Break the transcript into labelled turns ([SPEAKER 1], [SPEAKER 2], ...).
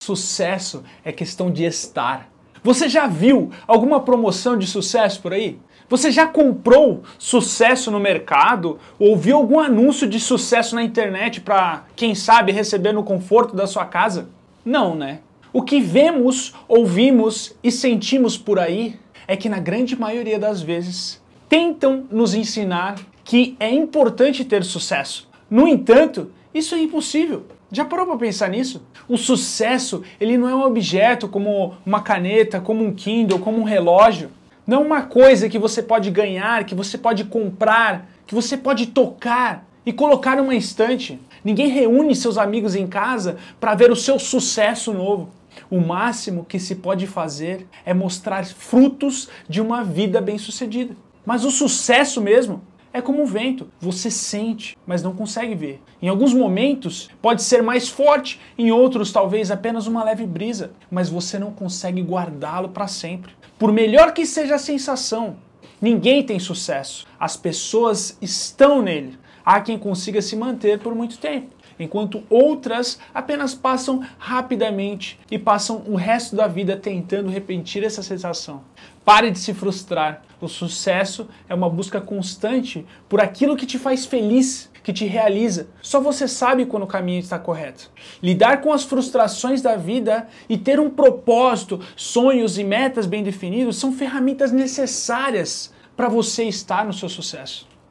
[SPEAKER 1] Sucesso é questão de estar. Você já viu alguma promoção de sucesso por aí? Você já comprou sucesso no mercado? Ou viu algum anúncio de sucesso na internet para, quem sabe, receber no conforto da sua casa? Não, né? O que vemos, ouvimos e sentimos por aí é que, na grande maioria das vezes, tentam nos ensinar que é importante ter sucesso. No entanto, isso é impossível. Já parou para pensar nisso? O sucesso, ele não é um objeto como uma caneta, como um Kindle, como um relógio. Não é uma coisa que você pode ganhar, que você pode comprar, que você pode tocar e colocar numa estante. Ninguém reúne seus amigos em casa para ver o seu sucesso novo. O máximo que se pode fazer é mostrar frutos de uma vida bem-sucedida. Mas o sucesso mesmo é como o vento, você sente, mas não consegue ver. Em alguns momentos pode ser mais forte, em outros talvez apenas uma leve brisa, mas você não consegue guardá-lo para sempre. Por melhor que seja a sensação, ninguém tem sucesso. As pessoas estão nele. Há quem consiga se manter por muito tempo, enquanto outras apenas passam rapidamente e passam o resto da vida tentando repetir essa sensação. Pare de se frustrar. O sucesso é uma busca constante por aquilo que te faz feliz, que te realiza. Só você sabe quando o caminho está correto. Lidar com as frustrações da vida e ter um propósito, sonhos e metas bem definidos são ferramentas necessárias para você estar no seu sucesso.